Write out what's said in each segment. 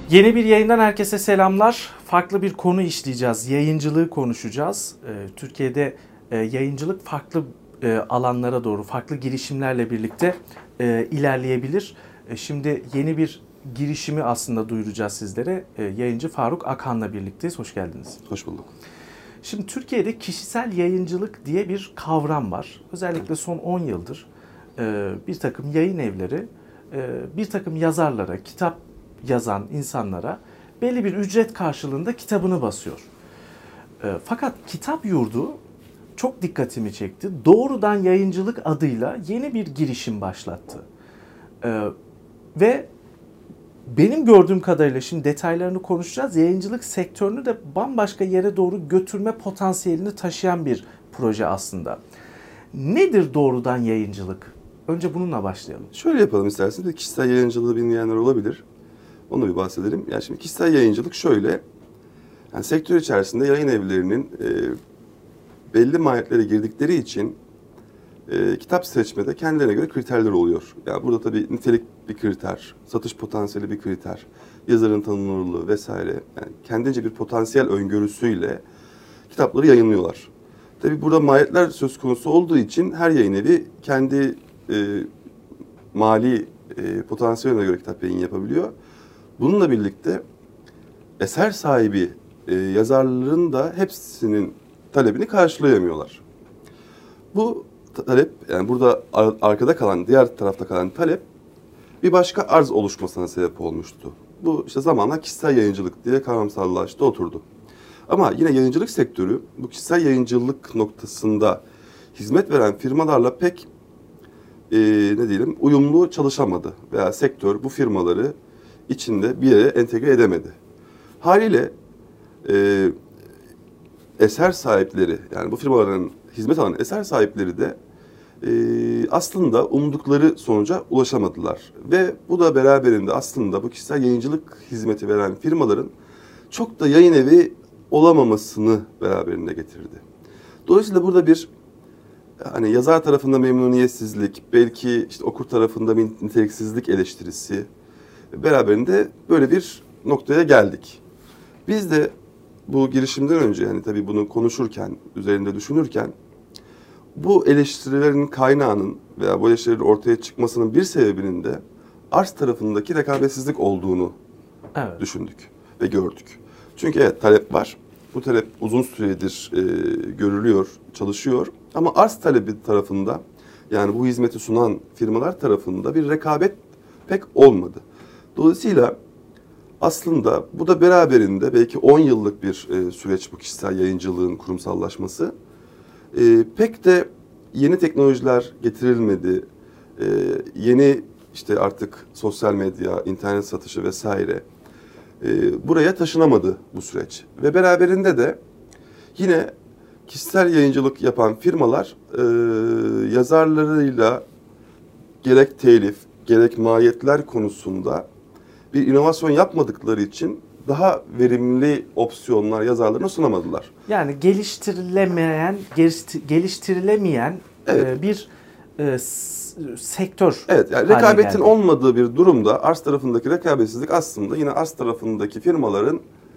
Yeni bir yayından herkese selamlar. Farklı bir konu işleyeceğiz. Yayıncılığı konuşacağız. Türkiye'de yayıncılık farklı alanlara doğru, farklı girişimlerle birlikte ilerleyebilir. Şimdi yeni bir girişimi aslında duyuracağız sizlere. Yayıncı Faruk Akhan'la birlikteyiz. Hoş geldiniz. Hoş bulduk. Şimdi Türkiye'de kişisel yayıncılık diye bir kavram var. Özellikle son 10 yıldır bir takım yayın evleri, bir takım yazarlara, kitap yazan insanlara belli bir ücret karşılığında kitabını basıyor. Fakat Kitap Yurdu çok dikkatimi çekti. Doğrudan yayıncılık adıyla yeni bir girişim başlattı. Ve benim gördüğüm kadarıyla, şimdi detaylarını konuşacağız, yayıncılık sektörünü de bambaşka yere doğru götürme potansiyelini taşıyan bir proje aslında. Nedir doğrudan yayıncılık? Önce bununla başlayalım. Şöyle yapalım isterseniz. Kişisel yayıncılığı bilmeyenler olabilir. Onu bir bahsedelim. Yani şimdi kişisel yayıncılık şöyle. Yani sektör içerisinde yayın evlerinin belli maliyetlere girdikleri için kitap seçmede kendilerine göre kriterler oluyor. Yani burada tabii nitelik bir kriter, satış potansiyeli bir kriter, yazarın tanınırlığı vesaire. Yani kendince bir potansiyel öngörüsüyle kitapları yayınlıyorlar. Tabii burada maliyetler söz konusu olduğu için her yayın evi kendi mali potansiyeline göre kitap yayın yapabiliyor. Bununla birlikte eser sahibi yazarların da hepsinin talebini karşılayamıyorlar. Bu talep, yani burada arkada kalan, diğer tarafta kalan talep bir başka arz oluşmasına sebep olmuştu. Bu işte zamanla kişisel yayıncılık diye kavramsallaştı, oturdu. Ama yine yayıncılık sektörü bu kişisel yayıncılık noktasında hizmet veren firmalarla pek uyumlu çalışamadı veya sektör bu firmaları içinde bir yere entegre edemedi. Haliyle eser sahipleri, yani bu firmaların hizmet alan eser sahipleri de aslında umdukları sonuca ulaşamadılar. Ve bu da beraberinde aslında bu kişisel yayıncılık hizmeti veren firmaların çok da yayın evi olamamasını beraberinde getirdi. Dolayısıyla burada bir hani yazar tarafında memnuniyetsizlik, belki işte okur tarafında bir niteliksizlik eleştirisi beraberinde böyle bir noktaya geldik. Biz de bu girişimden önce, yani tabii bunu konuşurken, üzerinde düşünürken bu eleştirilerin kaynağının veya bu eleştirilerin ortaya çıkmasının bir sebebinin de arz tarafındaki rekabetsizlik olduğunu düşündük ve gördük. Çünkü evet, talep var. Bu talep uzun süredir görülüyor, çalışıyor. Ama arz talebi tarafında, yani bu hizmeti sunan firmalar tarafında bir rekabet pek olmadı. Dolayısıyla aslında bu da beraberinde belki 10 yıllık bir süreç bu kişisel yayıncılığın kurumsallaşması. Pek de yeni teknolojiler getirilmedi. Yeni işte artık sosyal medya, internet satışı vesaire buraya taşınamadı bu süreç. Ve beraberinde de yine kişisel yayıncılık yapan firmalar yazarlarıyla gerek telif, gerek maliyetler konusunda bir inovasyon yapmadıkları için daha verimli opsiyonlar yazarlarına sunamadılar. Yani geliştirilemeyen evet. Bir sektör. Evet, yani rekabetin olmadığı bir durumda arz tarafındaki rekabetsizlik aslında yine arz tarafındaki firmaların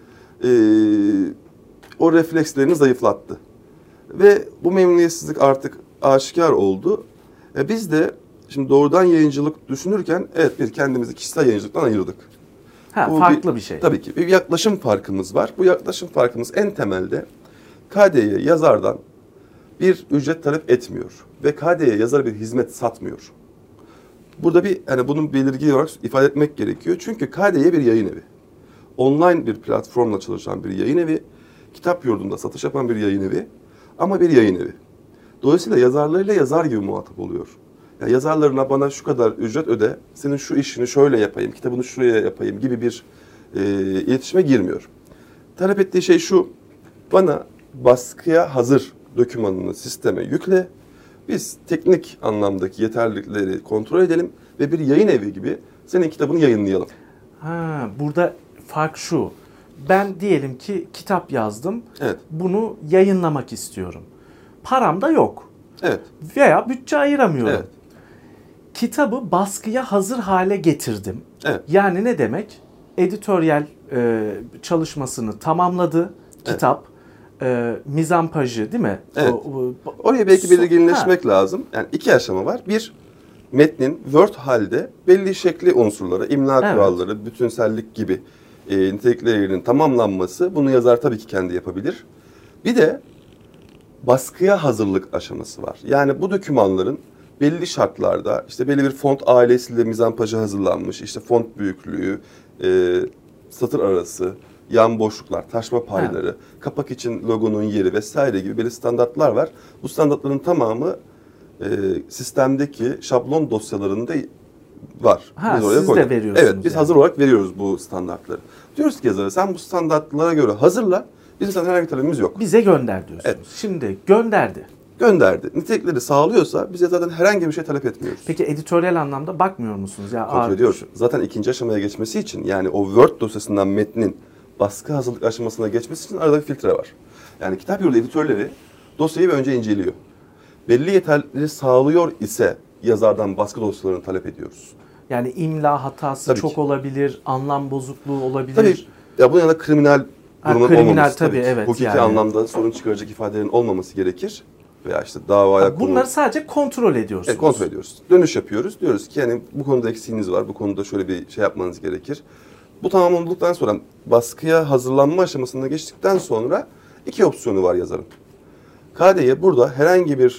o reflekslerini zayıflattı. Ve bu memnuniyetsizlik artık aşikar oldu. Biz de şimdi doğrudan yayıncılık düşünürken evet, bir kendimizi kişisel yayıncılıktan ayırdık. Farklı bir şey. Tabii ki bir yaklaşım farkımız var. Bu yaklaşım farkımız en temelde KD'ye yazardan bir ücret talep etmiyor ve KD'ye yazara bir hizmet satmıyor. Burada bunun belirgin olarak ifade etmek gerekiyor. Çünkü KD'ye bir yayın evi, online bir platformla çalışan bir yayın evi, kitap yurdunda satış yapan bir yayın evi ama bir yayın evi. Dolayısıyla yazarlarıyla yazar gibi muhatap oluyor. Yani yazarlarına bana şu kadar ücret öde, senin şu işini şöyle yapayım, kitabını şuraya yapayım gibi bir iletişime girmiyor. Talep ettiği şey şu: bana baskıya hazır dokümanını sisteme yükle, biz teknik anlamdaki yeterlilikleri kontrol edelim ve bir yayın evi gibi senin kitabını yayınlayalım. Burada fark şu: ben diyelim ki kitap yazdım, evet, bunu yayınlamak istiyorum. Param da yok. Evet. Veya bütçe ayıramıyorum. Evet. Kitabı baskıya hazır hale getirdim. Evet. Yani ne demek? editoryal çalışmasını tamamladı kitap. Mizampajı değil mi? Evet. Oraya belki belirginleşmek lazım. Yani 2 aşama var. Bir, metnin Word halde belli şekli unsurlara, imla kuralları, bütünsellik gibi niteliklerinin tamamlanması. Bunu yazar tabii ki kendi yapabilir. Bir de baskıya hazırlık aşaması var. Yani bu dokümanların belli şartlarda işte belli bir font ailesiyle mizampajı hazırlanmış, işte font büyüklüğü, satır arası, yan boşluklar, taşma payları, kapak için logonun yeri vesaire gibi belli standartlar var. Bu standartların tamamı sistemdeki şablon dosyalarında var. Biz oraya siz de veriyorsunuz. Evet, biz hazır olarak veriyoruz bu standartları. Diyoruz ki yazara, sen bu standartlara göre hazırla. Bizim zaten herhangi bir talebimiz yok. Bize gönder diyorsunuz. Evet. Şimdi gönderdi. Nitelikleri sağlıyorsa bize zaten herhangi bir şey talep etmiyoruz. Peki editoryal anlamda bakmıyor musunuz? Ya kontrol ediyoruz. Zaten ikinci aşamaya geçmesi için, yani o Word dosyasından metnin baskı hazırlık aşamasına geçmesi için arada bir filtre var. Yani kitap yurdu editörleri dosyayı önce inceliyor. Belli yeterlilikleri sağlıyor ise yazardan baskı dosyalarını talep ediyoruz. Yani imla hatası tabii çok ki olabilir, anlam bozukluğu olabilir. Tabii. Ya bunun yanında kriminal durumun olmaması tabii. Evet, hukuki anlamda sorun çıkaracak ifadelerin olmaması gerekir. Veya işte davaya bunları sadece kontrol ediyorsunuz. Evet, kontrol ediyoruz. Dönüş yapıyoruz. Diyoruz ki yani bu konuda eksiğiniz var. Bu konuda şöyle bir şey yapmanız gerekir. Bu tamamlandıktan sonra baskıya hazırlanma aşamasına geçtikten sonra 2 opsiyonu var yazarın. KDE burada herhangi bir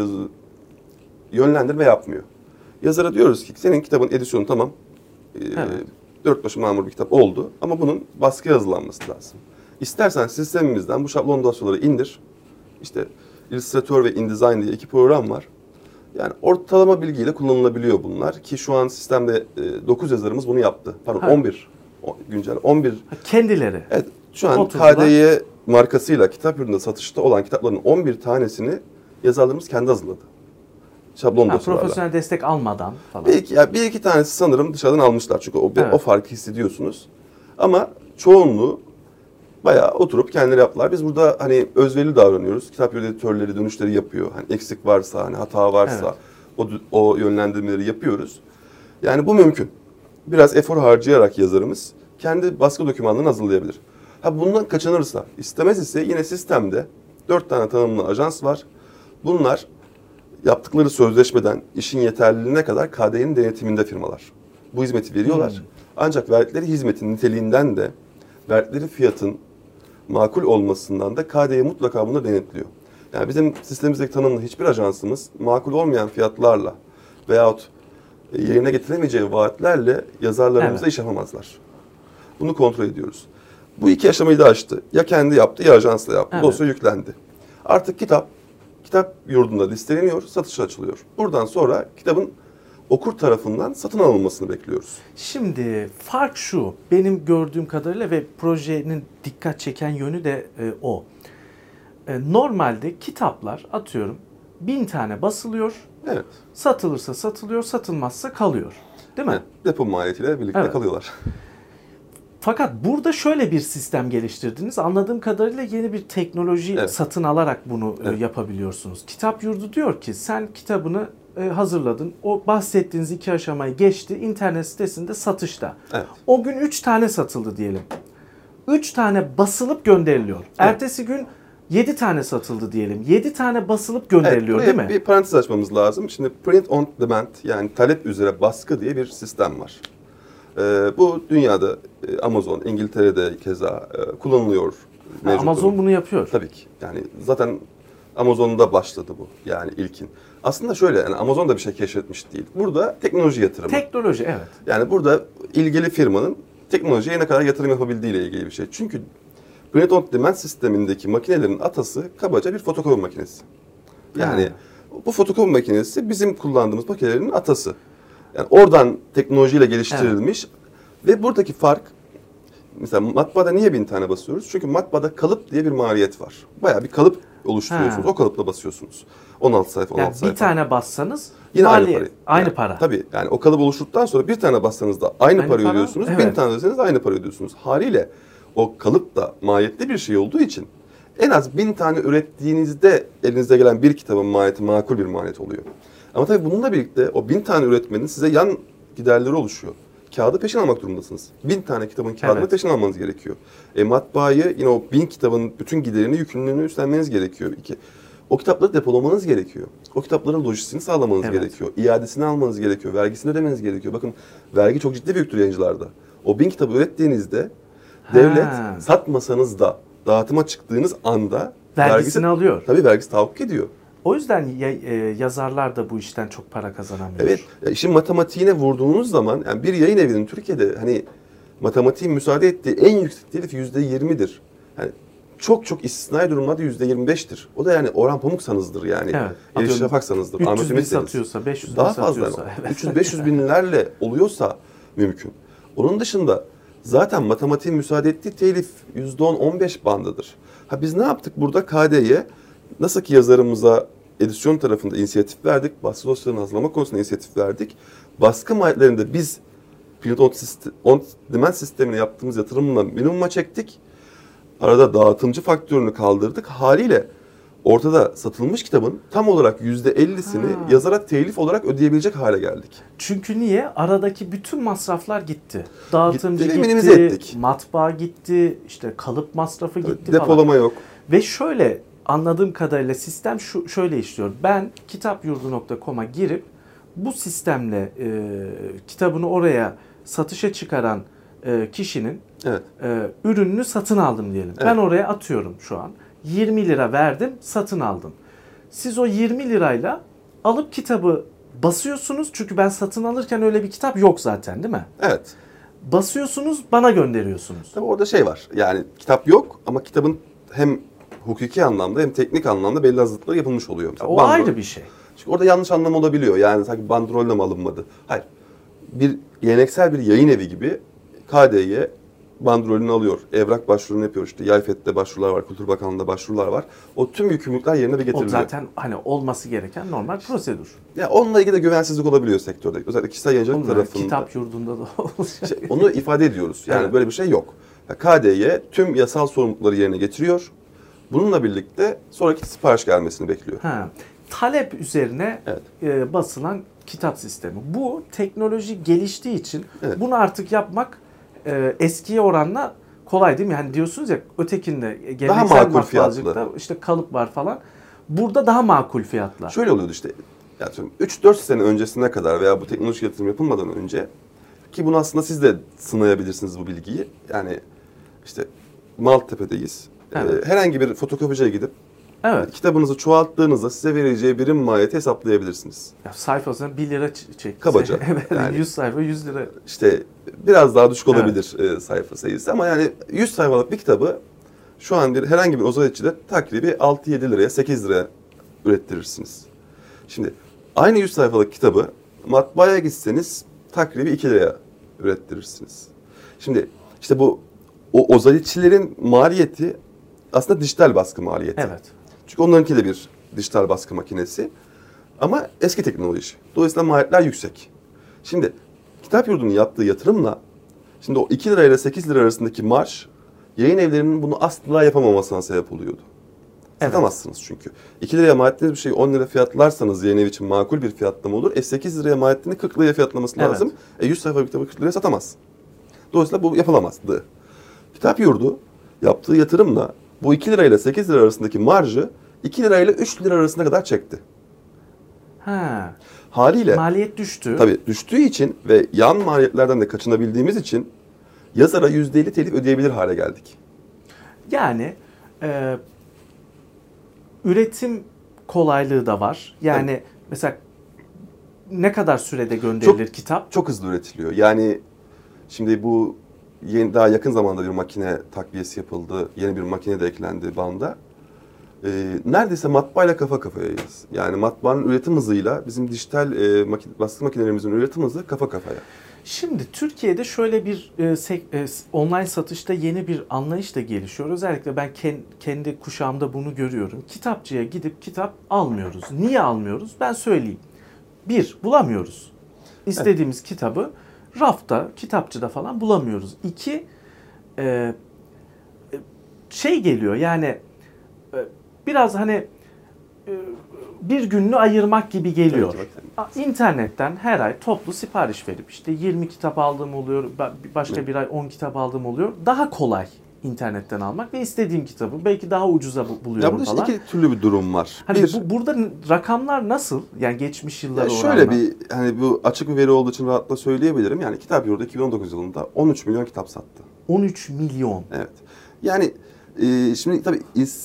yönlendirme yapmıyor. Yazara diyoruz ki senin kitabın edisyonu tamam. Evet. 4 başı mamur bir kitap oldu ama bunun baskıya hazırlanması lazım. İstersen sistemimizden bu şablon dosyaları indir. İşte Illustrator ve InDesign diye 2 program var. Yani ortalama bilgiyle kullanılabiliyor bunlar ki şu an sistemde 9 yazarımız bunu yaptı. Pardon 11. Güncel 11. Kendileri. Evet. Şu an KDE markasıyla kitap ürününde satışta olan kitapların 11 tanesini yazarlarımız kendi hazırladı. Şablon dosyalarla. Profesyonel destek almadan falan. Bir iki tanesi sanırım dışarıdan almışlar çünkü o farkı hissediyorsunuz. Ama çoğunluğu bayağı oturup kendileri yaptılar. Biz burada hani özverili davranıyoruz. Kitap editörleri dönüşleri yapıyor. Hani eksik varsa, hani hata varsa o yönlendirmeleri yapıyoruz. Yani bu mümkün. Biraz efor harcayarak yazarımız kendi baskı dokümanlarını hazırlayabilir. Bundan kaçınırsa, istemez ise yine sistemde 4 tane tanımlı ajans var. Bunlar yaptıkları sözleşmeden işin yeterliliğine kadar KDE'nin denetiminde firmalar. Bu hizmeti veriyorlar. Ancak verdikleri hizmetin niteliğinden de verdikleri fiyatın makul olmasından da KDE mutlaka bunu denetliyor. Yani bizim sistemimizdeki tanımlı hiçbir ajansımız makul olmayan fiyatlarla veyahut yerine getiremeyeceği vaatlerle yazarlarımızla iş yapamazlar. Bunu kontrol ediyoruz. Bu 2 aşamayı da aştı. Ya kendi yaptı ya ajansla yaptı. Dosya yüklendi. Artık kitap yurdunda listeleniyor, satışa açılıyor. Buradan sonra kitabın okur tarafından satın alınmasını bekliyoruz. Şimdi fark şu, benim gördüğüm kadarıyla ve projenin dikkat çeken yönü de o. Normalde kitaplar atıyorum 1000 tane basılıyor. Evet. Satılırsa satılıyor, satılmazsa kalıyor. Değil mi? Evet, depo maliyetiyle birlikte kalıyorlar. Fakat burada şöyle bir sistem geliştirdiniz. Anladığım kadarıyla yeni bir teknoloji satın alarak bunu yapabiliyorsunuz. Kitap yurdu diyor ki sen kitabını hazırladın. O bahsettiğiniz 2 aşamayı geçti. İnternet sitesinde satışta. Evet. O gün 3 tane satıldı diyelim. 3 tane basılıp gönderiliyor. Evet. Ertesi gün 7 tane satıldı diyelim. 7 tane basılıp gönderiliyor değil mi? Bir parantez açmamız lazım. Şimdi print on demand yani talep üzere baskı diye bir sistem var. Bu dünyada Amazon, İngiltere'de keza kullanılıyor. Amazon bunu yapıyor. Tabii ki. Yani zaten Amazon'da başladı bu yani ilkin. Aslında şöyle yani Amazon da bir şey keşfetmiş değil. Burada teknoloji yatırımı. Teknoloji evet. Yani burada ilgili firmanın teknolojiye ne kadar yatırım yapabildiği ile ilgili bir şey. Çünkü print on demand sistemindeki makinelerin atası kabaca bir fotokopi makinesi. Yani bu fotokopi makinesi bizim kullandığımız makinelerin atası. Yani oradan teknolojiyle geliştirilmiş ve buradaki fark mesela matbaada niye 1000 tane basıyoruz? Çünkü matbaada kalıp diye bir maliyet var. Bayağı bir kalıp oluşturuyorsunuz. O kalıpla basıyorsunuz. 16 sayfa, 16 sayfa. Bir tane bassanız yine aynı para. Tabii yani o kalıp oluşturduktan sonra bir tane bassanız da aynı parayı ödüyorsunuz. 1000 tane ödeseniz aynı parayı ödüyorsunuz. Haliyle o kalıp da maliyetli bir şey olduğu için en az 1000 tane ürettiğinizde elinize gelen bir kitabın maliyeti makul bir maliyet oluyor. Ama tabii bununla birlikte o 1000 tane üretmenin size yan giderleri oluşuyor. kağıdı peşin almak durumundasınız. 1000 tane kitabın kağıdını Evet. peşin almanız gerekiyor. Matbaayı yine o 1000 kitabın bütün giderini, yükümlülüğünü üstlenmeniz gerekiyor. O kitapları depolamanız gerekiyor. O kitapların lojistiğini sağlamanız Evet. gerekiyor. İadesini almanız gerekiyor. Vergisini ödemeniz gerekiyor. Bakın vergi çok ciddi büyüktür yayıncılarda. O 1000 kitabı ürettiğinizde devlet satmasanız da dağıtıma çıktığınız anda Vergisini alıyor. Tabii vergisi tahakkuk ediyor. O yüzden yazarlar da bu işten çok para kazanamıyor. Evet. Ya işin matematiğine vurduğunuz zaman yani bir yayın evinin Türkiye'de hani matematiğin müsaade ettiği en yüksek telif %20'dir. Yani çok çok istisnai durumlarda %25'tir. O da yani Orhan Pamuk'sanızdır yani. Evet. Elif Şafak'sanızdır. 300 Ahmet bin Ümit'seniz. satıyorsa, 500 bin Daha fazla. satıyorsa. Evet. 300-500 binlerle oluyorsa mümkün. Onun dışında zaten matematiğin müsaade ettiği telif %10-15 bandıdır. Ha biz ne yaptık burada KD'ye? Nasıl ki yazarımıza edisyon tarafında inisiyatif verdik, baskı dosyalarını hazırlama konusunda inisiyatif verdik. Baskı maliyetlerinde biz print on demand sistemine yaptığımız yatırımla minimuma çektik. Arada dağıtımcı faktörünü kaldırdık. Haliyle ortada satılmış kitabın tam olarak %50'sini yazara telif olarak ödeyebilecek hale geldik. Çünkü niye? Aradaki bütün masraflar gitti. Dağıtımcı Gitti ve gitti, minimize ettik. matbaa gitti, işte kalıp masrafı gitti Depolama falan. yok. Ve şöyle anladığım kadarıyla sistem şöyle işliyor. Ben kitapyurdu.com'a girip bu sistemle kitabını oraya satışa çıkaran kişinin Evet. ürününü satın aldım diyelim. Evet. Ben oraya atıyorum şu an. 20 lira verdim, satın aldım. Siz o 20 lirayla alıp kitabı basıyorsunuz. Çünkü ben satın alırken öyle bir kitap yok zaten, değil mi? Evet. Basıyorsunuz, bana gönderiyorsunuz. Tabii orada şey var. Yani kitap yok ama kitabın hem hukuki anlamda hem teknik anlamda belli hazırlıklar yapılmış oluyor. Mesela O ayrı bir şey. Çünkü orada yanlış anlam olabiliyor. Yani sanki bandrolle mi alınmadı? Hayır. Bir geleneksel bir yayın evi gibi KD'ye bandrolünü alıyor. Evrak başvurunu yapıyor işte. YAYFET'te başvurular var, Kültür Bakanlığı'nda başvurular var. O tüm yükümlülükler yerine bir O getiriliyor. zaten hani olması gereken normal prosedür. Ya onunla ilgili de güvensizlik olabiliyor sektörde. Özellikle kişisel yayıncılık Onlar tarafında. kitap yurdunda da olacak. Onu ifade ediyoruz. Yani Evet. böyle bir şey yok. KD'ye tüm yasal sorumlulukları yerine getiriyor. Bununla birlikte sonraki sipariş gelmesini bekliyor. Talep üzerine Evet. basılan kitap sistemi. Bu teknoloji geliştiği için Evet. bunu artık yapmak eskiye oranla kolay değil mi? Yani diyorsunuz ya ötekinde geleneksel makul matbaacılıkta fiyatlı. işte kalıp var falan. Burada daha makul fiyatlar. Şöyle oluyordu işte. Yani 3-4 sene öncesine kadar veya bu teknolojik yatırım yapılmadan önce ki bunu aslında siz de sınayabilirsiniz bu bilgiyi. Yani işte Maltepe'deyiz. Evet. Herhangi bir fotokopiciye gidip Evet. kitabınızı çoğalttığınızda size vereceği birim maliyeti hesaplayabilirsiniz. Ya sayfasına 1 lira çek. Kabaca. Evet, Yani- 100 sayfa 100 lira. İşte biraz daha düşük olabilir sayfa sayısı ama yani 100 sayfalık bir kitabı şu an herhangi bir ozaletçide takribi 6-7 liraya 8 liraya ürettirirsiniz. Şimdi aynı 100 sayfalık kitabı matbaaya gitseniz takribi 2 liraya ürettirirsiniz. Şimdi işte o ozaletçilerin maliyeti aslında dijital baskı maliyeti. Evet. Çünkü onlarınki de bir dijital baskı makinesi ama eski teknoloji. Dolayısıyla maliyetler yüksek. Şimdi kitap yurdunun yaptığı yatırımla şimdi o 2 lirayla 8 lira arasındaki marj yayın evlerinin bunu asla yapamamasına sebep oluyordu. Evet. Satamazsınız çünkü. 2 liraya mal ettiğiniz bir şeyi 10 lira fiyatlarsanız yayın evi için makul bir fiyatlama olur. 8 liraya mal ettiğini 40 liraya fiyatlaması Evet. lazım. 100 sayfa bir kitabı 40 liraya satamaz. Dolayısıyla bu yapılamazdı. Kitap yurdu yaptığı yatırımla bu 2 lirayla 8 lira arasındaki marjı 2 lirayla 3 lira arasına kadar çekti. Ha. Haliyle Maliyet düştü. tabii düştüğü için ve yan maliyetlerden de kaçınabildiğimiz için yazara %50 telif ödeyebilir hale geldik. Yani üretim kolaylığı da var. Yani mesela ne kadar sürede gönderilir kitap? Çok hızlı üretiliyor. Yani şimdi bu daha yakın zamanda bir makine takviyesi yapıldı. Yeni bir makine de eklendi banda. Neredeyse matbaayla kafa kafayayız. Yani matbaanın üretim hızıyla bizim dijital baskı makinelerimizin üretim hızı kafa kafaya. Şimdi Türkiye'de şöyle bir online satışta yeni bir anlayış da gelişiyor. Özellikle ben kendi kuşağımda bunu görüyorum. Kitapçıya gidip kitap almıyoruz. Niye almıyoruz? Ben söyleyeyim. 1. Bulamıyoruz. İstediğimiz kitabı rafta, kitapçıda falan bulamıyoruz. 2. Şey geliyor yani biraz hani bir gününü ayırmak gibi geliyor. Evet. İnternetten her ay toplu sipariş verip işte 20 kitap aldığım oluyor, başka bir ay 10 kitap aldığım oluyor. Daha kolay internetten almak ve istediğim kitabı belki daha ucuza buluyorum ya burada falan. işte iki türlü bir durum var. Hani burada rakamlar nasıl? Yani geçmiş yıllara oranla. Şöyle bir hani bu açık bir veri olduğu için rahatla söyleyebilirim. Yani Kitap Yurdu 2019 yılında 13 milyon kitap sattı. 13 milyon. Evet. Yani şimdi tabii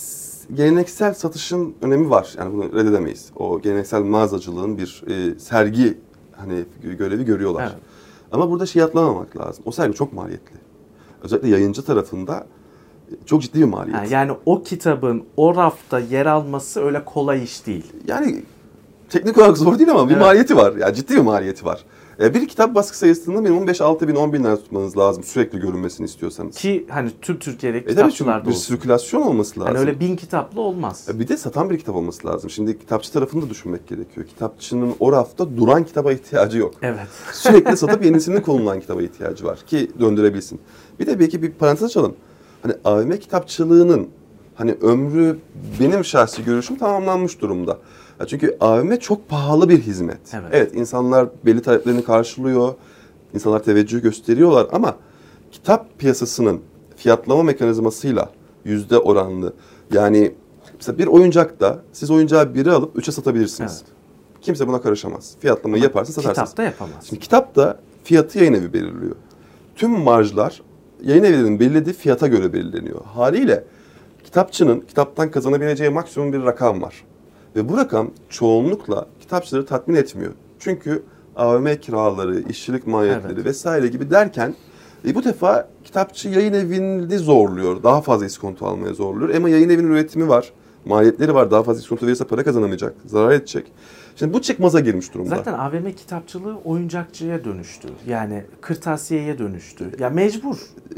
geleneksel satışın önemi var. Yani bunu reddedemeyiz. O geleneksel mağazacılığın bir sergi hani görevi görüyorlar. Evet. Ama burada şey atlamamak lazım. O sergi çok maliyetli. Özellikle yayıncı tarafında çok ciddi bir maliyet. Yani o kitabın o rafta yer alması öyle kolay iş değil. Yani teknik olarak zor değil ama bir maliyeti var. Yani ciddi bir maliyeti var. Bir kitap baskı sayısında minimum 5-6 bin, 10 bin lira tutmanız lazım sürekli görünmesini istiyorsanız. Ki hani tüm Türkiye'deki Tabii kitapçılarda bir olsun. sirkülasyon olması lazım. Yani öyle 1000 kitaplı olmaz. Bir de satan bir kitap olması lazım. Şimdi kitapçı tarafını da düşünmek gerekiyor. Kitapçının o rafta duran kitaba ihtiyacı yok. Evet. Sürekli satıp yenisini konulan kitaba ihtiyacı var ki döndürebilsin. Bir de belki bir parantez açalım. Hani AVM kitapçılığının hani ömrü benim şahsi görüşüm tamamlanmış durumda. Ya çünkü AVM çok pahalı bir hizmet. Evet, insanlar belli taleplerini karşılıyor. İnsanlar teveccüh gösteriyorlar ama kitap piyasasının fiyatlama mekanizmasıyla yüzde oranlı. Yani mesela bir oyuncakta siz oyuncağı 1'e alıp 3'e satabilirsiniz. Evet. Kimse buna karışamaz. Fiyatlamayı yaparsın, satarsınız. Kitapta yapamaz. Şimdi kitapta fiyatı yayın evi belirliyor. Tüm marjlar yayın evlerinin belirlediği fiyata göre belirleniyor. Haliyle kitapçının kitaptan kazanabileceği maksimum bir rakam var. Ve bu rakam çoğunlukla kitapçıları tatmin etmiyor. Çünkü AVM kiraları, işçilik maliyetleri vesaire gibi derken bu defa kitapçı yayın evini zorluyor. Daha fazla iskonto almaya zorluyor. Ama yayın evinin üretimi var. Maliyetleri var. Daha fazla iskonto verirse para kazanamayacak. Zarar edecek. Şimdi bu çıkmaza girmiş durumda. Zaten AVM kitapçılığı oyuncakçıya dönüştü. Yani kırtasiyeye dönüştü. Ya mecbur.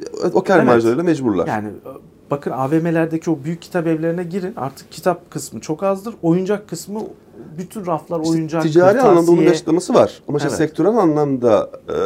O kar marjlarıyla mecburlar. Yani bakın AVM'lerdeki o büyük kitap evlerine girin. Artık kitap kısmı çok azdır. Oyuncak kısmı bütün raflar oyuncak, ticari kırtasiye. anlamda onun açıklaması var. Ama sektörel anlamda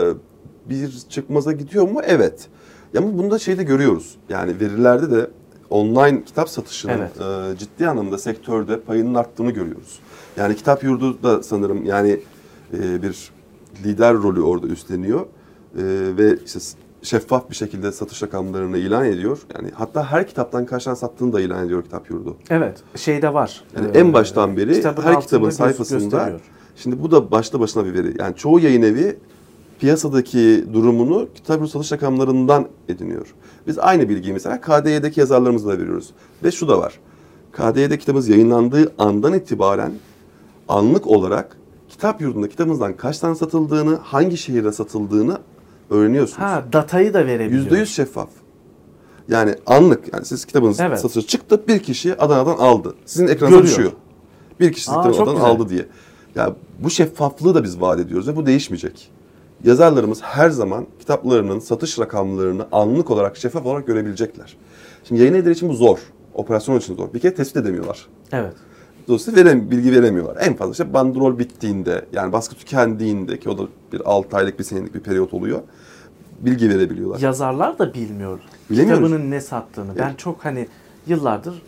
bir çıkmaza gidiyor mu? Evet. Ama bunda şeyi de görüyoruz. Yani verilerde de online kitap satışının ciddi anlamda sektörde payının arttığını görüyoruz. Yani Kitap Yurdu da sanırım yani bir lider rolü orada üstleniyor. Ve işte şeffaf bir şekilde satış rakamlarını ilan ediyor. Yani hatta her kitaptan kaç tane sattığını da ilan ediyor Kitap Yurdu. Evet, şeyde var. Yani en baştan beri her kitabın sayfasında. Şimdi bu da başlı başına bir veri. Yani çoğu yayın evi piyasadaki durumunu Kitap Yurdu satış rakamlarından ediniyor. Biz aynı bilgiyi mesela KDY'deki yazarlarımıza da veriyoruz. Ve şu da var. KDY'de kitabımız yayınlandığı andan itibaren anlık olarak Kitap Yurdu'nda kitabımızdan kaç tane satıldığını, hangi şehirde satıldığını öğreniyorsunuz. Datayı da verebiliyor. %100 şeffaf. Yani anlık. Yani siz kitabınız satışa çıktı, bir kişi Adana'dan aldı. Sizin ekranınızda düşüyor. Bir kişi Adana'dan aldı diye. Yani bu şeffaflığı da biz vaat ediyoruz ve bu değişmeyecek. Yazarlarımız her zaman kitaplarının satış rakamlarını anlık olarak, şeffaf olarak görebilecekler. Şimdi yayın evleri için bu zor. Operasyon için zor. Bir kere tespit edemiyorlar. Evet. Dolayısıyla bilgi veremiyorlar. En fazla işte bandrol bittiğinde, yani baskı tükendiğinde ki o da bir 6 aylık, bir senelik bir periyot oluyor. Bilgi verebiliyorlar. Yazarlar da bilmiyor kitabının ne sattığını. Evet. Ben çok yıllardır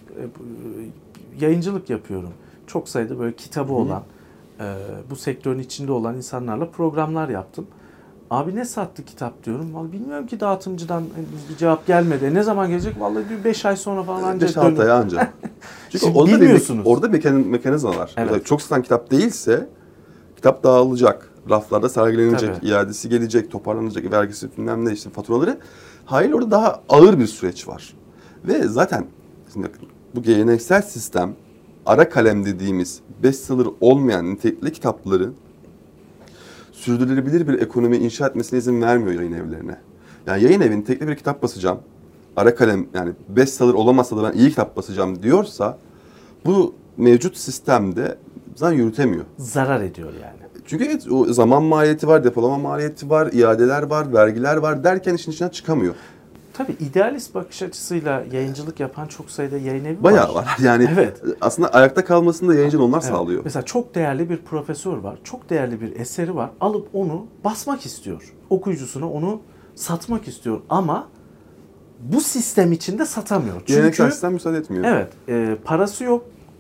yayıncılık yapıyorum. Çok sayıda böyle kitabı olan, bu sektörün içinde olan insanlarla programlar yaptım. Abi ne sattı kitap diyorum. Vallahi bilmiyorum ki, dağıtımcıdan bir cevap gelmedi. Ne zaman gelecek? Vallahi bir 5 ay sonra falan ancak 5-6 ay ancak. Çünkü orada mekanizma var. Evet. Çok satan kitap değilse kitap dağılacak. Raflarda sergilenecek, iadesi gelecek, toparlanacak, vergisi bilmem ne işte faturaları. Hayır, orada daha ağır bir süreç var. Ve zaten şimdi bu geleneksel sistem ara kalem dediğimiz bestseller olmayan nitelikli kitapları sürdürülebilir bir ekonomi inşa etmesine izin vermiyor yayın evlerine. Yani yayın evi nitelikli bir kitap basacağım, ara kalem yani bestseller olamazsa da ben iyi kitap basacağım diyorsa bu mevcut sistemde zaten yürütemiyor. Zarar ediyor yani. Çünkü evet, o zaman maliyeti var, depolama maliyeti var, iadeler var, vergiler var derken işin içinden çıkamıyor. Tabii idealist bakış açısıyla yayıncılık yapan çok sayıda yayın evi bayağı var. Yani aslında ayakta kalmasını da yayıncının onlar sağlıyor. Mesela çok değerli bir profesör var, çok değerli bir eseri var. Alıp onu basmak istiyor. Okuyucusuna onu satmak istiyor ama bu sistem içinde satamıyor. Geleneksel sistem müsaade etmiyor. Evet, parası yok.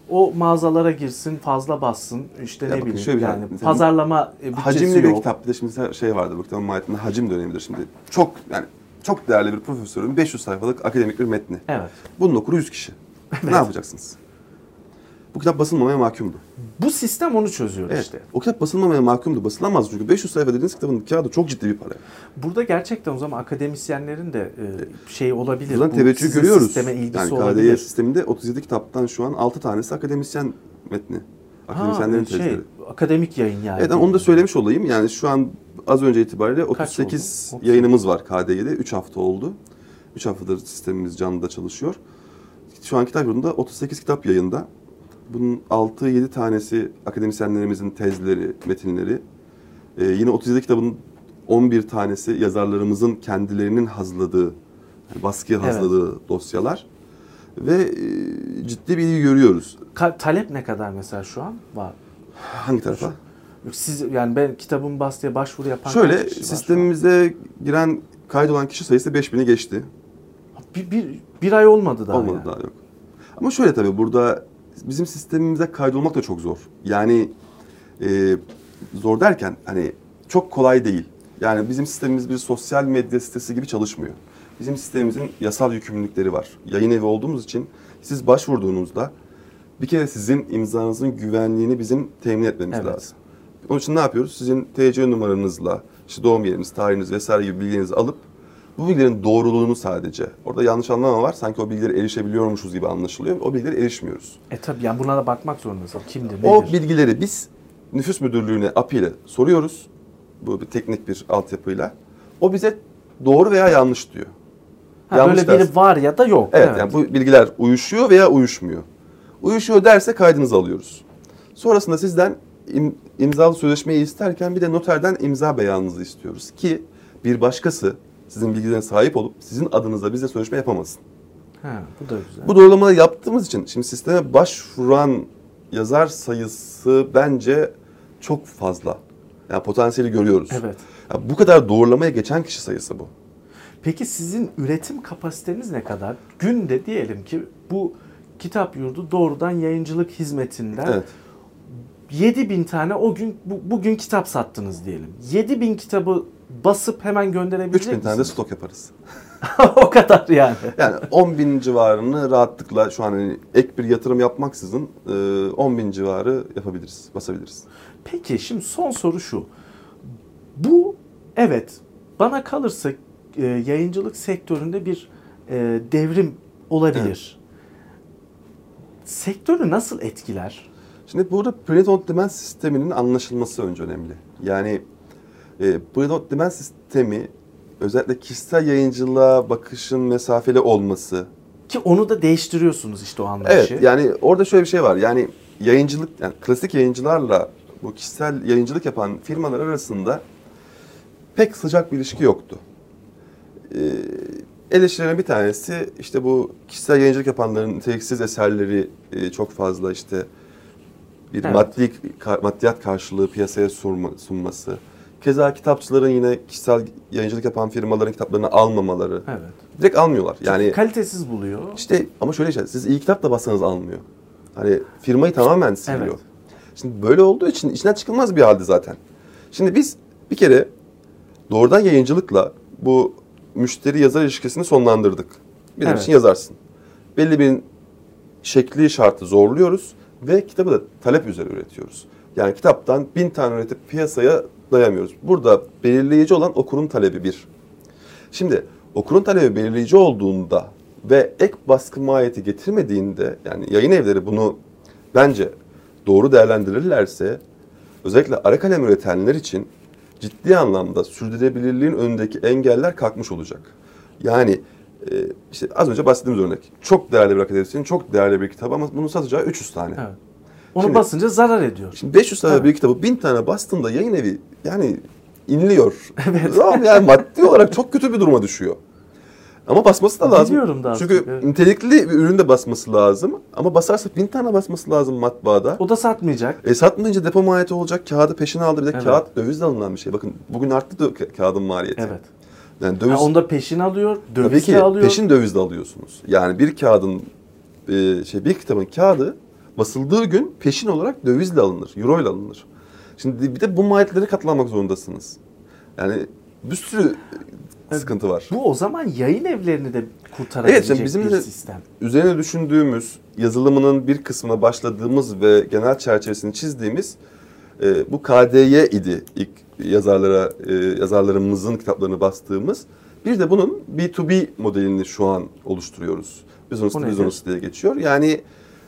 o mağazalara girsin, fazla bassın, işte Ya ne bakın bileyim şöyle bir yani şey, pazarlama bütçesi hacimli bir yok. kitap. Bir de şimdi mesela şey vardır, bu kitabın mahiyetinde hacim dönemidir şimdi. Çok değerli bir profesörün 500 sayfalık akademik bir metni. Evet. Bunun okuru 100 kişi. Ne yapacaksınız? Bu kitap basılmamaya mahkumdu. Bu sistem onu çözüyor Evet. işte. O kitap basılmamaya mahkumdu. Basılamaz çünkü 500 sayfa dediğiniz kitabın kağıdı çok ciddi bir para. Burada gerçekten o zaman akademisyenlerin de şey olabilir. Buradan Bu teveccüh sizin görüyoruz. sisteme ilgisi Yani KDY olabilir. sisteminde 37 kitaptan şu an 6 tanesi akademisyen metni. Akademisyenlerin tezleri. Akademik yayın yani. Evet, onu da söylemiş olayım. Yani şu an az önce itibariyle Kaç 38 oldu? yayınımız var KDY'de. 3 hafta oldu. 3 haftadır sistemimiz canlıda çalışıyor. Şu an kitap yolunda 38 kitap yayında. Bunun 6-7 tanesi akademisyenlerimizin tezleri, metinleri. Yine 37 kitabın 11 tanesi yazarlarımızın kendilerinin hazırladığı, yani baskıya hazırladığı dosyalar. Ve ciddi bir ilgi görüyoruz. Talep ne kadar mesela şu an var? Hangi tarafa? Siz yani ben kitabımı bas diye başvuru yapan Şöyle, kaç kişi var sistemimize giren kaydolan kişi sayısı 5000'i geçti. şu an? Bir ay olmadı daha. Olmadı yani. daha yok. Ama şöyle tabii burada bizim sistemimize kaydolmak da çok zor. Yani zor derken hani çok kolay değil. Yani bizim sistemimiz bir sosyal medya sitesi gibi çalışmıyor. Bizim sistemimizin yasal yükümlülükleri var. Yayın evi olduğumuz için siz başvurduğunuzda bir kere sizin imzanızın güvenliğini bizim temin etmemiz lazım. Onun için ne yapıyoruz? Sizin TC numaranızla, işte doğum yeriniz, tarihiniz vesaire gibi bilgilerinizi alıp bu bilgilerin doğruluğunu sadece, orada yanlış anlama var, sanki o bilgilere erişebiliyormuşuz gibi anlaşılıyor. O bilgilere erişmiyoruz. Tabii yani buna da bakmak zorundasın. Kimdir, nedir? O bilgileri biz nüfus müdürlüğüne API ile soruyoruz. Bu bir teknik bir altyapıyla. O bize doğru veya yanlış diyor. Böyle biri var ya da yok. Evet, yani bu bilgiler uyuşuyor veya uyuşmuyor. Uyuşuyor derse kaydınızı alıyoruz. Sonrasında sizden imzalı sözleşmeyi isterken bir de noterden imza beyanınızı istiyoruz ki bir başkası sizin bilgilerine sahip olup sizin adınıza bize sözleşme yapamasın. Bu da güzel. Bu doğrulamaları yaptığımız için şimdi sisteme başvuran yazar sayısı bence çok fazla. Yani potansiyeli görüyoruz. Evet. Yani bu kadar doğrulamaya geçen kişi sayısı bu. Peki sizin üretim kapasiteniz ne kadar? Günde diyelim ki bu kitap yurdu doğrudan yayıncılık hizmetinden 7.000 tane o gün bugün kitap sattınız diyelim. 7.000 kitabı basıp hemen gönderebilecek misiniz? 3.000 tane de stok yaparız. O kadar yani. Yani 10.000 civarını rahatlıkla şu an hani ek bir yatırım yapmaksızın 10.000 civarı yapabiliriz, basabiliriz. Peki şimdi son soru şu. Bu evet bana kalırsa yayıncılık sektöründe bir devrim olabilir. Sektörü nasıl etkiler? Şimdi burada print on demand sisteminin anlaşılması önce önemli. Yani print on demand sistemi özellikle kişisel yayıncılığa bakışın mesafeli olması. Ki onu da değiştiriyorsunuz işte o anlayışı. Evet, yani orada şöyle bir şey var. Yani yayıncılık, yani klasik yayıncılarla bu kişisel yayıncılık yapan firmalar arasında pek sıcak bir ilişki yoktu. Eleştirilerin bir tanesi işte bu kişisel yayıncılık yapanların niteliksiz eserleri çok fazla işte bir maddiyat karşılığı piyasaya sunması. Keza kitapçıların yine kişisel yayıncılık yapan firmaların kitaplarını almamaları. Evet. Direkt almıyorlar. Yani kalitesiz buluyor. İşte ama şöyle şey, siz iyi kitap da bassanız almıyor. Hani firmayı tamamen siliyor. Evet. Şimdi böyle olduğu için içinden çıkılmaz bir halde zaten. Şimdi biz bir kere doğrudan yayıncılıkla bu müşteri yazar ilişkisini sonlandırdık. Bizim için yazarsın. Belli bir şekli şartı zorluyoruz ve kitabı da talep üzere üretiyoruz. Yani kitaptan 1000 tane üretip piyasaya dayamıyoruz. Burada belirleyici olan okurun talebi bir. Şimdi okurun talebi belirleyici olduğunda ve ek baskı mahiyeti getirmediğinde, yani yayın evleri bunu bence doğru değerlendirirlerse özellikle ara kalem üretenler için ciddi anlamda sürdürülebilirliğin önündeki engeller kalkmış olacak. Yani işte az önce bahsettiğimiz örnek. Çok değerli bir akademisyenin çok değerli bir kitap ama bunu satacağı 300 tane. Evet. Onu basınca zarar ediyor. Şimdi 500 tane bir kitabı 1000 tane bastığında yayın evi yani inliyor. Evet. Yani maddi olarak çok kötü bir duruma düşüyor. Ama basması da lazım. Biliyorum da çünkü evet. nitelikli bir ürün de basması lazım. Ama basarsa 1000 tane basması lazım matbaada. O da satmayacak. Satmayınca depo maliyeti olacak. Kağıdı peşine aldı. Bir de kağıt dövizle alınan bir şey. Bakın bugün arttı da kağıdın maliyeti. Evet. Yani döviz... onu da peşin alıyor, Tabii dövizle ki alıyor. peşin dövizle alıyorsunuz. Yani bir kağıdın, bir kitabın kağıdı basıldığı gün peşin olarak dövizle alınır, euro ile alınır. Şimdi bir de bu maliyetlere katlanmak zorundasınız. Yani bir sürü sıkıntı var. Bu o zaman yayın evlerini de kurtarabilecek Evet, bizim bir de sistem. üzerine düşündüğümüz, yazılımının bir kısmına başladığımız ve genel çerçevesini çizdiğimiz bu KDY idi ilk yazarlarımızın kitaplarını bastığımız. Bir de bunun B2B modelini şu an oluşturuyoruz. Business to Business diye geçiyor. Yani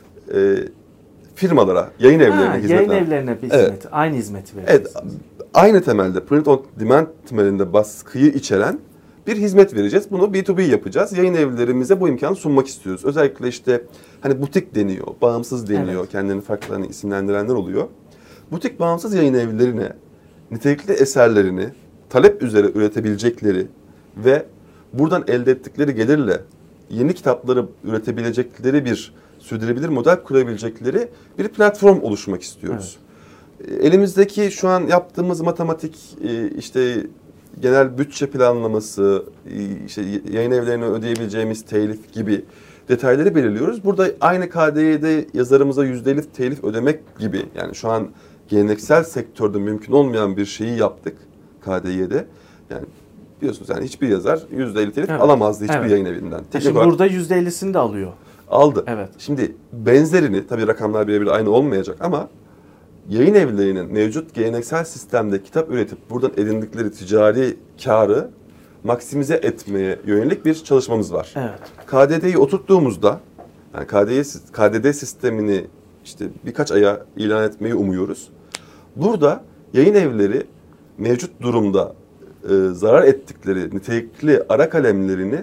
firmalara, yayın evlerine hizmet Yayın evlerine bir hizmet, evet. aynı hizmeti veriyoruz. Evet, aynı temelde print on demand temelinde baskıyı içeren bir hizmet vereceğiz. Bunu B2B yapacağız. Yayın evlerimize bu imkanı sunmak istiyoruz. Özellikle işte hani butik deniyor, bağımsız deniyor. Evet. Kendilerini farklı hani isimlendirenler oluyor. Butik bağımsız yayın evlerine nitelikli eserlerini talep üzere üretebilecekleri ve buradan elde ettikleri gelirle yeni kitapları üretebilecekleri bir sürdürülebilir model kurabilecekleri bir platform oluşturmak istiyoruz. Evet. Elimizdeki şu an yaptığımız matematik, işte genel bütçe planlaması, işte yayın evlerine ödeyebileceğimiz telif gibi detayları belirliyoruz. Burada aynı KDV'de yazarımıza %50 telif ödemek gibi, yani şu an geleneksel sektörde mümkün olmayan bir şeyi yaptık KDV'de. Yani biliyorsunuz yani hiçbir yazar %50 telif alamazdı hiçbir yayın evinden. Şimdi burada %50'sini de alıyor. Aldı. Evet. Şimdi benzerini, tabii rakamlar birebir aynı olmayacak ama yayın evlerinin mevcut geleneksel sistemde kitap üretip buradan edindikleri ticari karı maksimize etmeye yönelik bir çalışmamız var. Evet. KDD'yi oturttuğumuzda, yani KDD sistemini işte birkaç aya ilan etmeyi umuyoruz. Burada yayın evleri mevcut durumda zarar ettikleri nitelikli ara kalemlerini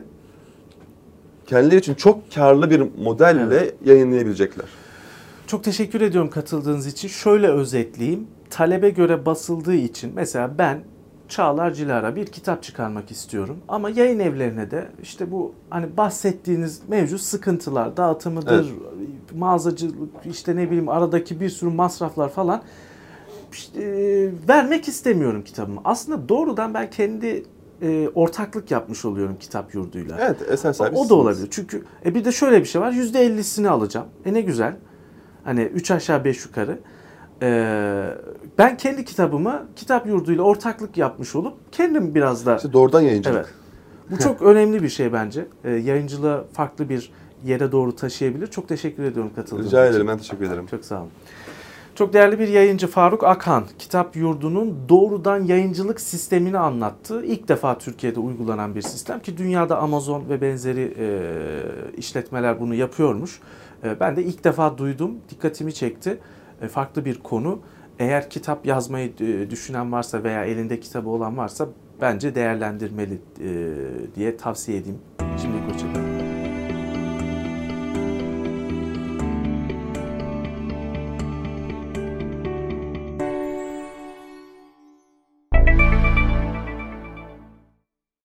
kendileri için çok karlı bir modelle yayınlayabilecekler. Çok teşekkür ediyorum katıldığınız için. Şöyle özetleyeyim. Talebe göre basıldığı için mesela ben Çağlar Cilara bir kitap çıkarmak istiyorum. Ama yayın evlerine de işte bu hani bahsettiğiniz mevcut sıkıntılar, dağıtımıdır, mağazacılık, işte ne bileyim aradaki bir sürü masraflar falan işte, vermek istemiyorum kitabımı. Aslında doğrudan ben kendi ortaklık yapmış oluyorum kitap yurduyla. Evet, eser sahibi. O da olabilir. Çünkü bir de şöyle bir şey var. %50'sini alacağım. Ne güzel. Hani 3 aşağı 5 yukarı. Ben kendi kitabımı kitap yurduyla ortaklık yapmış olup kendim biraz da... İşte doğrudan yayıncılık. Evet. Bu çok önemli bir şey bence. Yayıncılığı farklı bir yere doğru taşıyabilir. Çok teşekkür ediyorum katıldığınız için. Rica ederim, ben teşekkür ederim. Çok sağ olun. Çok değerli bir yayıncı Faruk Akhan, Kitap Yurdu'nun doğrudan yayıncılık sistemini anlattı. İlk defa Türkiye'de uygulanan bir sistem ki dünyada Amazon ve benzeri işletmeler bunu yapıyormuş. Ben de ilk defa duydum, dikkatimi çekti. Farklı bir konu. Eğer kitap yazmayı düşünen varsa veya elinde kitabı olan varsa bence değerlendirmeli diye tavsiye edeyim. Şimdilik hoşçakalın.